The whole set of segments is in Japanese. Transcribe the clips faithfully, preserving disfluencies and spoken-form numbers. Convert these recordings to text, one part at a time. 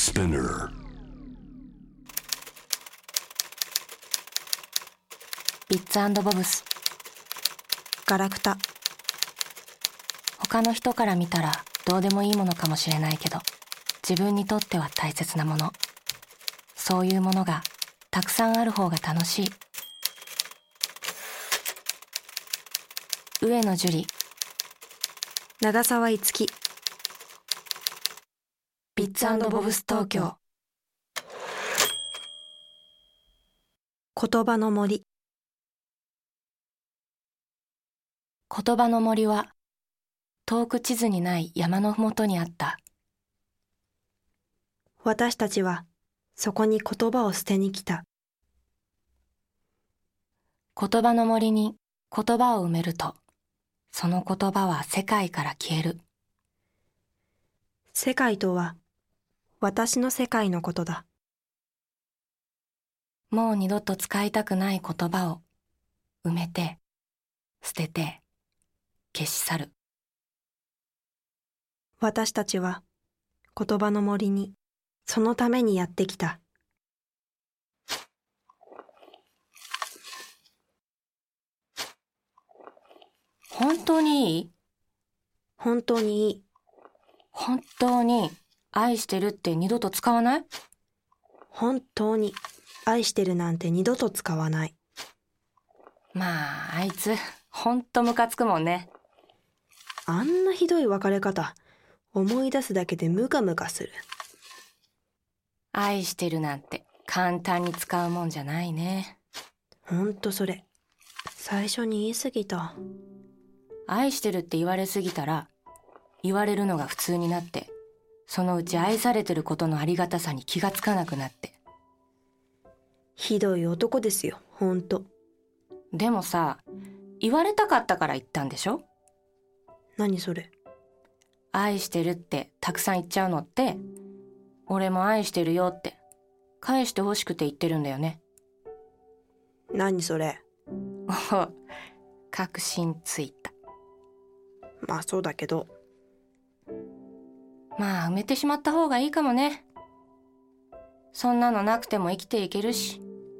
Spinner ビッツ&ボブスガラクタ。 他の人から見たらどうでもいいものかもしれないけど、自分にとっては大切なもの、そういうものがたくさんある方が楽しい。上野樹里、 長澤いつき。 ビッツ&ボブス東京。 言葉の森。 言葉の森は遠く地図にない山のふもとにあった。 私たちはそこに言葉を捨てに来た。 言葉の森に言葉を埋めると、その言葉は世界から消える。 世界とは私の世界のことだ。 もう二度と使いたくない言葉を埋めて、捨てて、消し去る。 私たちは言葉の森にそのためにやってきた。 本当にいい？ 本当にいい。 本当に愛してるって二度と使わない？ 本当に愛してるなんて二度と使わない。 まあ、あいつ、ほんとムカつくもんね。 あんなひどい別れ方、思い出すだけでムカムカする。 愛してるなんて簡単に使うもんじゃないね。 ほんとそれ。最初に言い過ぎた。 愛してるって言われすぎたら、言われるのが普通になって、そのうち愛されてることのありがたさに気がつかなくなって。 ひどい男ですよ、ほんと。 でもさ、言われたかったから言ったんでしょ？ 何それ。 愛してるってたくさん言っちゃうのって、俺も愛してるよって返してほしくて言ってるんだよね。 何それ。 お、確信ついた。 まあそうだけど。 まあ埋めてしまった方がいいかもね。そんなのなくても生きていけるし。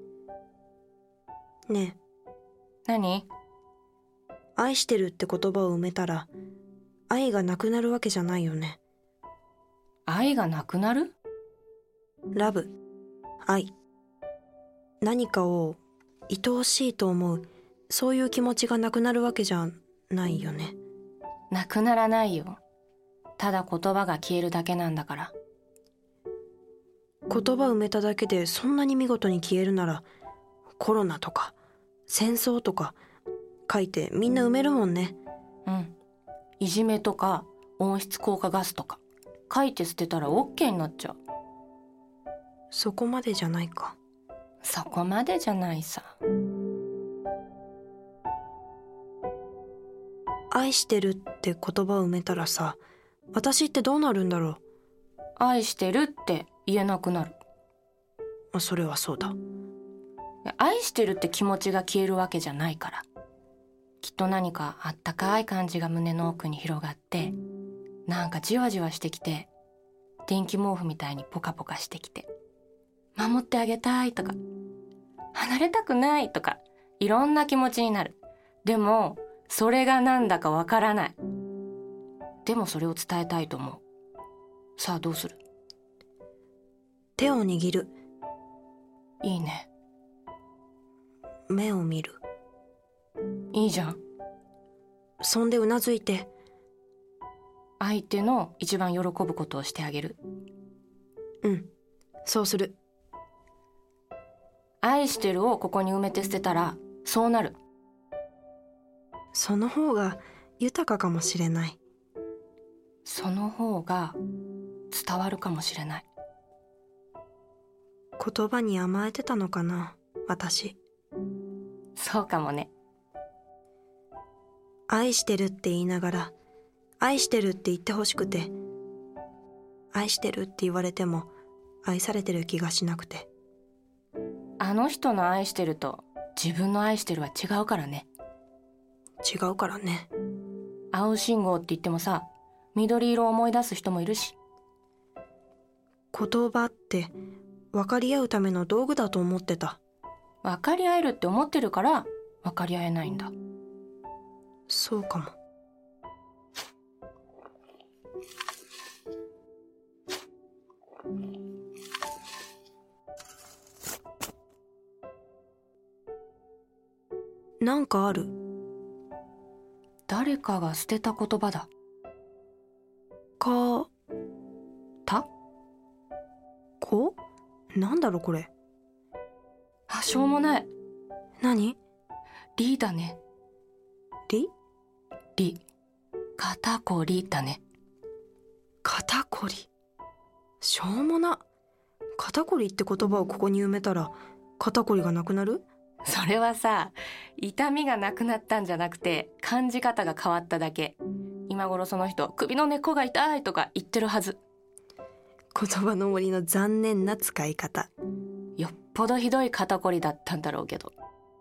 ね何？ え、愛してるって言葉を埋めたら愛がなくなるわけじゃないよね。 愛がなくなる？ ラブ、愛。何かを愛おしいと思う、そういう気持ちがなくなるわけじゃないよね。 なくならないよ。ただ言葉が消えるだけなんだから。 言葉埋めただけでそんなに見事に消えるなら、コロナとか戦争とか書いてみんな埋めるもんね。 うん。いじめとか温室効果ガスとか書いて捨てたら OK になっちゃう。 そこまでじゃないか。 そこまでじゃないさ。 愛してるって言葉を埋めたらさ、私ってどうなるんだろう。 愛してるって言えなくなる。 あ、それはそうだ。 愛してるって気持ちが消えるわけじゃないから。きっと何かあったかい感じが胸の奥に広がって、なんかじわじわしてきて、電気毛布みたいにポカポカしてきて、守ってあげたいとか、離れたくないとか、いろんな気持ちになる。でもそれがなんだかわからない。でもそれを伝えたいと思う。さあどうする？ 手を握る。 いいね。 目を見る。 いいじゃん。 そんでうなずいて、 相手の一番喜ぶことをしてあげる。 うん、そうする。 愛してるをここに埋めて捨てたらそうなる。 その方が豊かかもしれない。 その方が伝わるかもしれない。 言葉に甘えてたのかな、私。 そうかもね。 愛してるって言いながら、愛してるって言ってほしくて、愛してるって言われても愛されてる気がしなくて。 あの人の愛してると自分の愛してるは違うからね。 違うからね。 青信号って言ってもさ、緑色を思い出す人もいるし。 言葉って分かり合うための道具だと思ってた。 分かり合えるって思ってるから分かり合えないんだ。 そうかも。なんかある。 誰かが捨てた言葉だ。 か、 たこなんだろこれ。 あ、しょうもない。 何？ りだね。 り？ り。肩こりだね。 肩こり。しょうもな。肩こりって言葉をここに埋めたら肩こりがなくなる？ それはさ、痛みがなくなったんじゃなくて感じ方が変わっただけ。今頃その人首の根っこが痛いとか言ってるはず。 言葉の森の残念な使い方。 よっぽどひどい肩こりだったんだろうけど。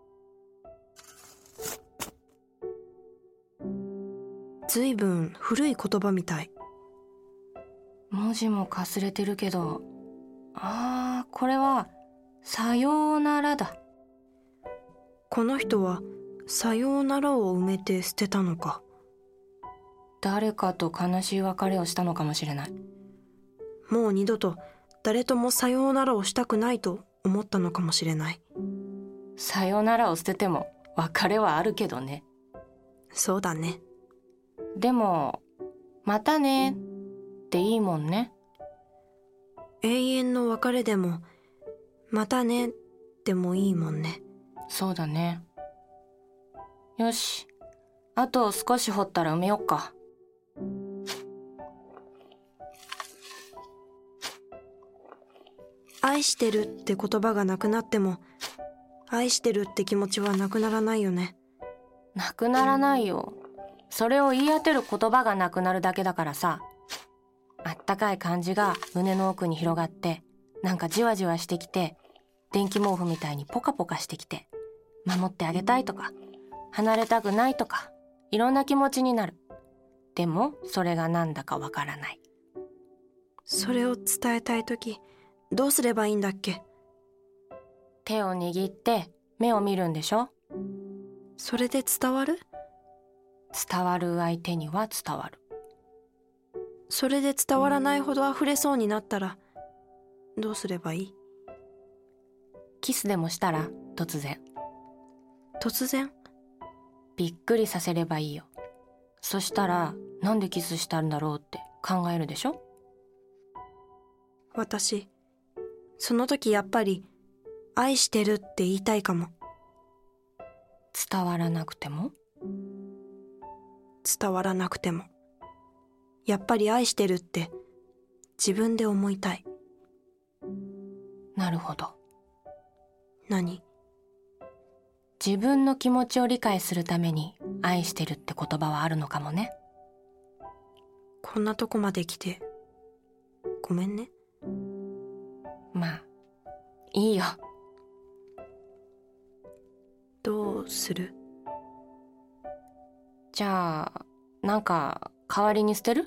ずいぶん古い言葉みたい。 文字もかすれてるけど、あー、これはさようならだ。 この人はさようならを埋めて捨てたのか。 誰かと悲しい別れをしたのかもしれない。 もう二度と誰ともさようならをしたくないと思ったのかもしれない。 さようならを捨てても別れはあるけどね。 そうだね。 でもまたねっていいもんね。 永遠の別れでもまたねでもいいもんね。 そうだね。よし、あと少し掘ったら埋めよっか。 愛してるって言葉がなくなっても愛してるって気持ちはなくならないよね。 なくならないよ。それを言い当てる言葉がなくなるだけだからさ。あったかい感じが胸の奥に広がって、なんかじわじわしてきて、電気毛布みたいにポカポカしてきて、守ってあげたいとか離れたくないとかいろんな気持ちになる。でもそれがなんだかわからない。 それを伝えたいときどうすればいいんだっけ？ 手を握って目を見るんでしょ？ それで伝わる？ 伝わる相手には伝わる。 それで伝わらないほど溢れそうになったらどうすればいい？ キスでもしたら突然。 突然？ びっくりさせればいいよ。そしたらなんでキスしたんだろうって考えるでしょ？ 私その時やっぱり愛してるって言いたいかも。 伝わらなくても？ 伝わらなくてもやっぱり愛してるって自分で思いたい。 なるほど。 何？ 自分の気持ちを理解するために愛してるって言葉はあるのかもね。 こんなとこまで来てごめんね。 まあいいよ。 どうする？ じゃあなんか代わりに捨てる？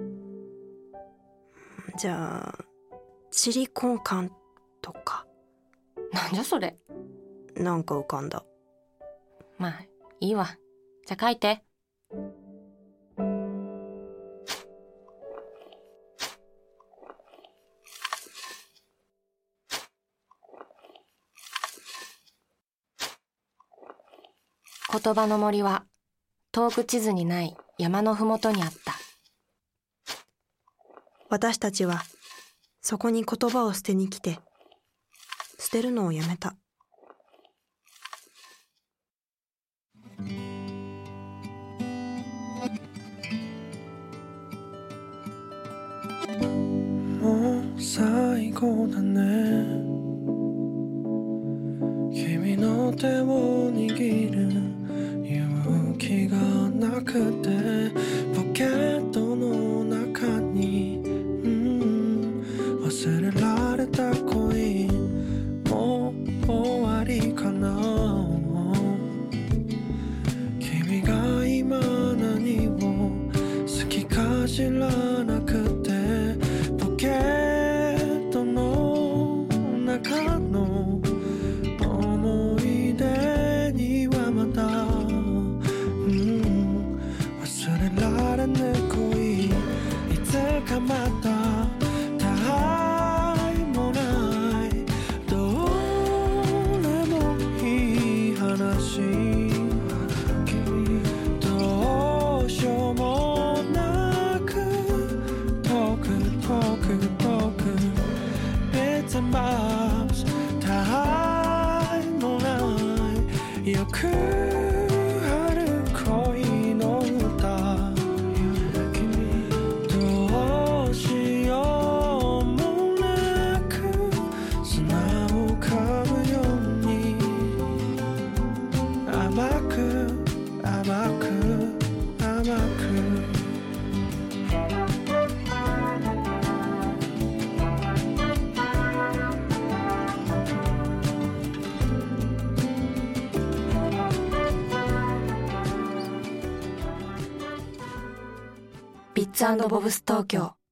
じゃあチリコンカンとか。 なんじゃそれ。 なんか浮かんだ。 まあいいわ。じゃあ書いて。言葉の森は遠く地図にない山のふもとにあった。 私たちはそこに言葉を捨てに来て捨てるのをやめた。 もう最後だね。君の手を握る勇気がなくてポケットの中に、うん、忘れられた恋もう終わりかな。君が今何を好きか知らなくてポケッッツ&ボブス東京。